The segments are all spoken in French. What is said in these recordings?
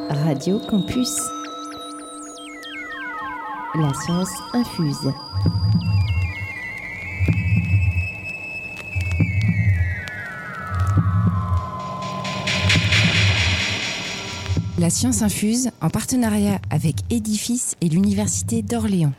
Radio Campus. La science infuse. La science infuse en partenariat avec Edifice et l'Université d'Orléans.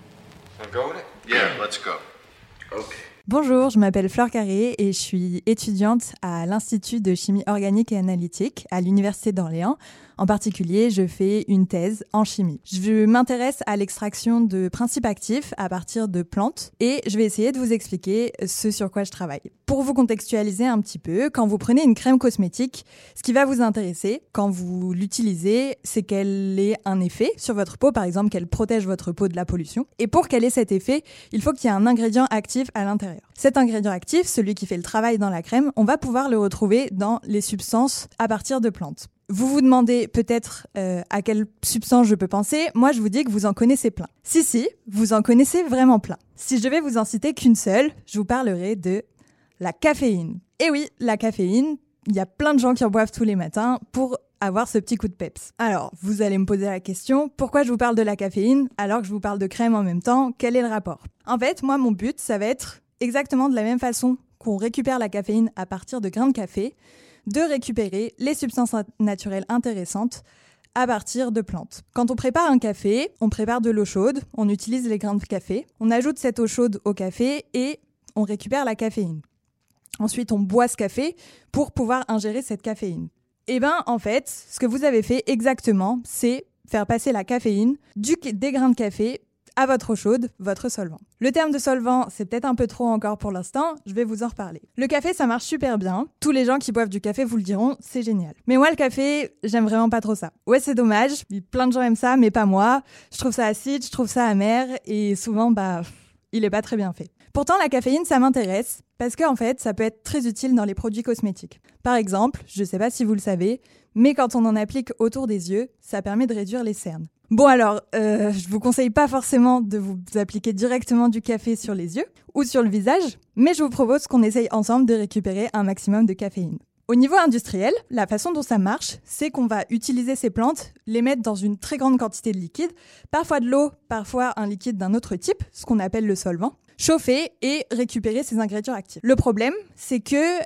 Bonjour, je m'appelle Flore Carré et je suis étudiante à l'Institut de chimie organique et analytique à l'Université d'Orléans. En particulier, je fais une thèse en chimie. Je m'intéresse à l'extraction de principes actifs à partir de plantes et je vais essayer de vous expliquer ce sur quoi je travaille. Pour vous contextualiser un petit peu, quand vous prenez une crème cosmétique, ce qui va vous intéresser quand vous l'utilisez, c'est qu'elle ait un effet sur votre peau, par exemple qu'elle protège votre peau de la pollution. Et pour qu'elle ait cet effet, il faut qu'il y ait un ingrédient actif à l'intérieur. Cet ingrédient actif, celui qui fait le travail dans la crème, on va pouvoir le retrouver dans les substances à partir de plantes. Vous vous demandez peut-être à quelle substance je peux penser. Moi, je vous dis que vous en connaissez plein. Si, vous en connaissez vraiment plein. Si je devais vous en citer qu'une seule, je vous parlerai de la caféine. Et oui, la caféine, il y a plein de gens qui en boivent tous les matins pour avoir ce petit coup de peps. Alors, vous allez me poser la question, pourquoi je vous parle de la caféine alors que je vous parle de crème en même temps? Quel est le rapport? En fait, moi, mon but, ça va être exactement de la même façon qu'on récupère la caféine à partir de grains de café, de récupérer les substances naturelles intéressantes à partir de plantes. Quand on prépare un café, on prépare de l'eau chaude, on utilise les grains de café, on ajoute cette eau chaude au café et on récupère la caféine. Ensuite, on boit ce café pour pouvoir ingérer cette caféine. Et bien, en fait, ce que vous avez fait exactement, c'est faire passer la caféine des grains de café à votre eau chaude, votre solvant. Le terme de solvant, c'est peut-être un peu trop encore pour l'instant, je vais vous en reparler. Le café, ça marche super bien. Tous les gens qui boivent du café vous le diront, c'est génial. Mais moi, le café, j'aime vraiment pas trop ça. Ouais, c'est dommage, plein de gens aiment ça, mais pas moi. Je trouve ça acide, je trouve ça amer, et souvent, il est pas très bien fait. Pourtant, la caféine, ça m'intéresse, parce qu'en fait, ça peut être très utile dans les produits cosmétiques. Par exemple, je sais pas si vous le savez, mais quand on en applique autour des yeux, ça permet de réduire les cernes. Bon alors, je vous conseille pas forcément de vous appliquer directement du café sur les yeux ou sur le visage, mais je vous propose qu'on essaye ensemble de récupérer un maximum de caféine. Au niveau industriel, la façon dont ça marche, c'est qu'on va utiliser ces plantes, les mettre dans une très grande quantité de liquide, parfois de l'eau, parfois un liquide d'un autre type, ce qu'on appelle le solvant, chauffer et récupérer ces ingrédients actifs. Le problème, c'est que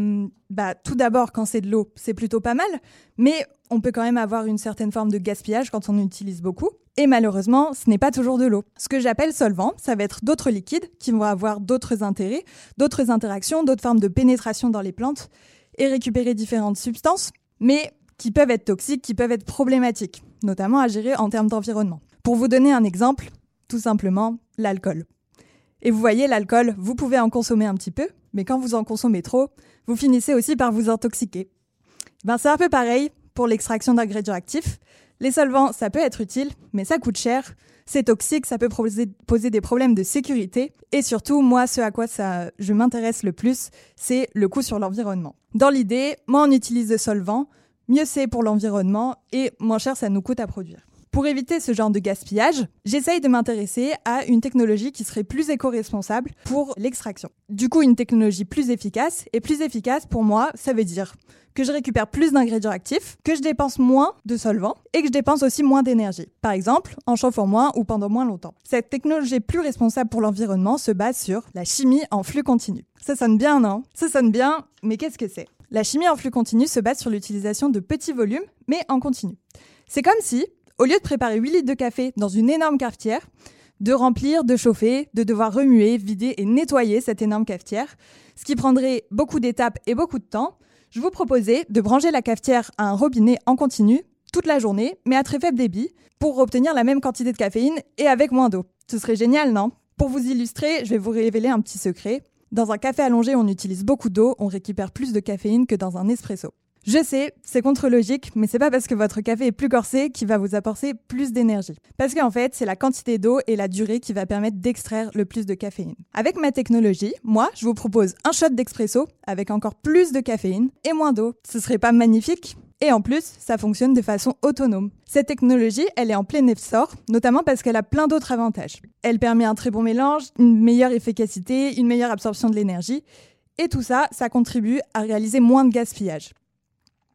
tout d'abord, quand c'est de l'eau, c'est plutôt pas mal, mais on peut quand même avoir une certaine forme de gaspillage quand on utilise beaucoup. Et malheureusement, ce n'est pas toujours de l'eau. Ce que j'appelle solvant, ça va être d'autres liquides qui vont avoir d'autres intérêts, d'autres interactions, d'autres formes de pénétration dans les plantes et récupérer différentes substances, mais qui peuvent être toxiques, qui peuvent être problématiques, notamment à gérer en termes d'environnement. Pour vous donner un exemple, tout simplement, l'alcool. Et vous voyez, l'alcool, vous pouvez en consommer un petit peu, mais quand vous en consommez trop, vous finissez aussi par vous intoxiquer. C'est un peu pareil pour l'extraction d'ingrédients actifs. Les solvants, ça peut être utile, mais ça coûte cher, c'est toxique, ça peut poser des problèmes de sécurité. Et surtout, moi, ce à quoi je m'intéresse le plus, c'est le coût sur l'environnement. Dans l'idée, moins on utilise de solvants, mieux c'est pour l'environnement et moins cher ça nous coûte à produire. Pour éviter ce genre de gaspillage, j'essaye de m'intéresser à une technologie qui serait plus éco-responsable pour l'extraction. Du coup, une technologie plus efficace. Et plus efficace, pour moi, ça veut dire que je récupère plus d'ingrédients actifs, que je dépense moins de solvants et que je dépense aussi moins d'énergie. Par exemple, en chauffant moins ou pendant moins longtemps. Cette technologie plus responsable pour l'environnement se base sur la chimie en flux continu. Ça sonne bien, non? Ça sonne bien, mais qu'est-ce que c'est? La chimie en flux continu se base sur l'utilisation de petits volumes, mais en continu. C'est comme si, au lieu de préparer 8 litres de café dans une énorme cafetière, de remplir, de chauffer, de devoir remuer, vider et nettoyer cette énorme cafetière, ce qui prendrait beaucoup d'étapes et beaucoup de temps, je vous proposais de brancher la cafetière à un robinet en continu toute la journée, mais à très faible débit, pour obtenir la même quantité de caféine et avec moins d'eau. Ce serait génial, non? Pour vous illustrer, je vais vous révéler un petit secret. Dans un café allongé, on utilise beaucoup d'eau, on récupère plus de caféine que dans un espresso. Je sais, c'est contre-logique, mais c'est pas parce que votre café est plus corsé qu'il va vous apporter plus d'énergie. Parce qu'en fait, c'est la quantité d'eau et la durée qui va permettre d'extraire le plus de caféine. Avec ma technologie, moi, je vous propose un shot d'expresso avec encore plus de caféine et moins d'eau. Ce serait pas magnifique ? Et en plus, ça fonctionne de façon autonome. Cette technologie, elle est en plein essor, notamment parce qu'elle a plein d'autres avantages. Elle permet un très bon mélange, une meilleure efficacité, une meilleure absorption de l'énergie. Et tout ça, ça contribue à réaliser moins de gaspillage.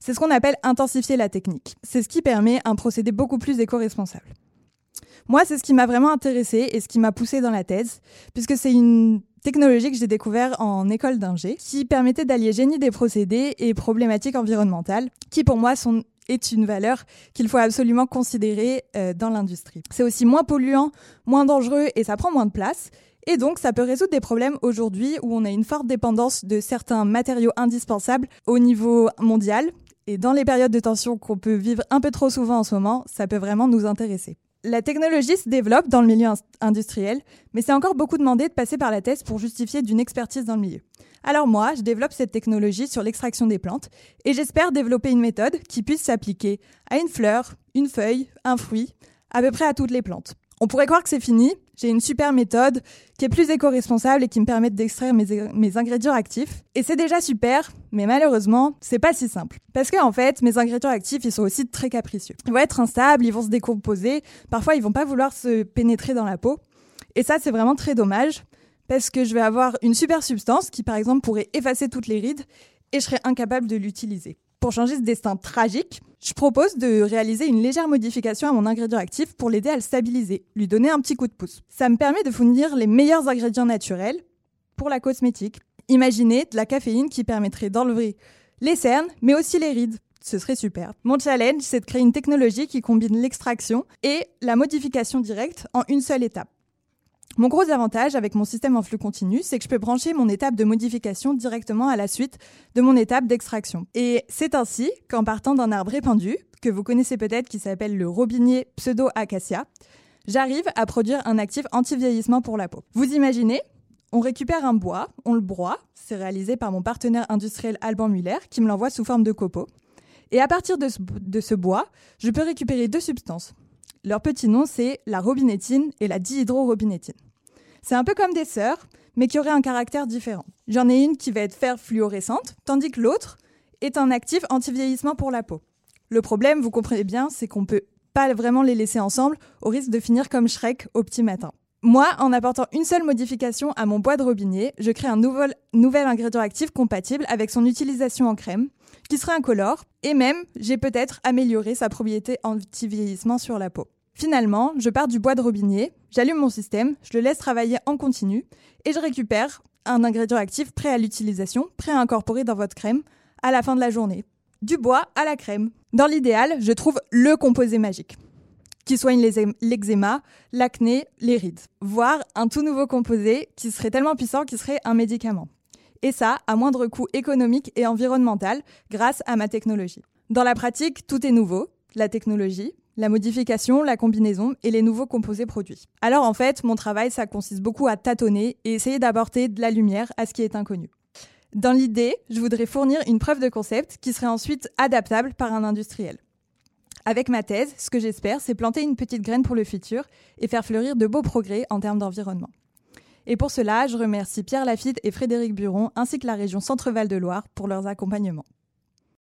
C'est ce qu'on appelle intensifier la technique. C'est ce qui permet un procédé beaucoup plus éco-responsable. Moi, c'est ce qui m'a vraiment intéressée et ce qui m'a poussée dans la thèse, puisque c'est une technologie que j'ai découverte en école d'ingé, qui permettait d'allier génie des procédés et problématiques environnementales, qui pour moi est une valeur qu'il faut absolument considérer dans l'industrie. C'est aussi moins polluant, moins dangereux et ça prend moins de place. Et donc, ça peut résoudre des problèmes aujourd'hui où on a une forte dépendance de certains matériaux indispensables au niveau mondial. Et dans les périodes de tension qu'on peut vivre un peu trop souvent en ce moment, ça peut vraiment nous intéresser. La technologie se développe dans le milieu industriel, mais c'est encore beaucoup demandé de passer par la thèse pour justifier d'une expertise dans le milieu. Alors moi, je développe cette technologie sur l'extraction des plantes et j'espère développer une méthode qui puisse s'appliquer à une fleur, une feuille, un fruit, à peu près à toutes les plantes. On pourrait croire que c'est fini, j'ai une super méthode qui est plus éco-responsable et qui me permet d'extraire mes ingrédients actifs. Et c'est déjà super, mais malheureusement, c'est pas si simple. Parce que en fait, mes ingrédients actifs, ils sont aussi très capricieux. Ils vont être instables, ils vont se décomposer, parfois ils vont pas vouloir se pénétrer dans la peau. Et ça, c'est vraiment très dommage, parce que je vais avoir une super substance qui, par exemple, pourrait effacer toutes les rides et je serais incapable de l'utiliser. Pour changer ce destin tragique, je propose de réaliser une légère modification à mon ingrédient actif pour l'aider à le stabiliser, lui donner un petit coup de pouce. Ça me permet de fournir les meilleurs ingrédients naturels pour la cosmétique. Imaginez de la caféine qui permettrait d'enlever les cernes, mais aussi les rides. Ce serait super. Mon challenge, c'est de créer une technologie qui combine l'extraction et la modification directe en une seule étape. Mon gros avantage avec mon système en flux continu, c'est que je peux brancher mon étape de modification directement à la suite de mon étape d'extraction. Et c'est ainsi qu'en partant d'un arbre répandu, que vous connaissez peut-être qui s'appelle le robinier pseudo-acacia, j'arrive à produire un actif anti-vieillissement pour la peau. Vous imaginez ? On récupère un bois, on le broie, c'est réalisé par mon partenaire industriel Alban Muller qui me l'envoie sous forme de copeaux. Et à partir de ce bois, je peux récupérer 2 substances. Leur petit nom, c'est la robinétine et la dihydrorobinétine. C'est un peu comme des sœurs, mais qui auraient un caractère différent. J'en ai une qui va être fer fluorescente, tandis que l'autre est un actif anti-vieillissement pour la peau. Le problème, vous comprenez bien, c'est qu'on ne peut pas vraiment les laisser ensemble au risque de finir comme Shrek au petit matin. Moi, en apportant une seule modification à mon bois de robinier, je crée un nouvel ingrédient actif compatible avec son utilisation en crème, qui serait incolore, et même, j'ai peut-être amélioré sa propriété anti-vieillissement sur la peau. Finalement, je pars du bois de robinier, j'allume mon système, je le laisse travailler en continu et je récupère un ingrédient actif prêt à l'utilisation, prêt à incorporer dans votre crème à la fin de la journée. Du bois à la crème. Dans l'idéal, je trouve le composé magique qui soigne l'eczéma, l'acné, les rides. Voire un tout nouveau composé qui serait tellement puissant qu'il serait un médicament. Et ça, à moindre coût économique et environnemental grâce à ma technologie. Dans la pratique, tout est nouveau, la technologie, la modification, la combinaison et les nouveaux composés produits. Alors en fait, mon travail, ça consiste beaucoup à tâtonner et essayer d'apporter de la lumière à ce qui est inconnu. Dans l'idée, je voudrais fournir une preuve de concept qui serait ensuite adaptable par un industriel. Avec ma thèse, ce que j'espère, c'est planter une petite graine pour le futur et faire fleurir de beaux progrès en termes d'environnement. Et pour cela, je remercie Pierre Lafitte et Frédéric Buron ainsi que la région Centre-Val de Loire pour leurs accompagnements.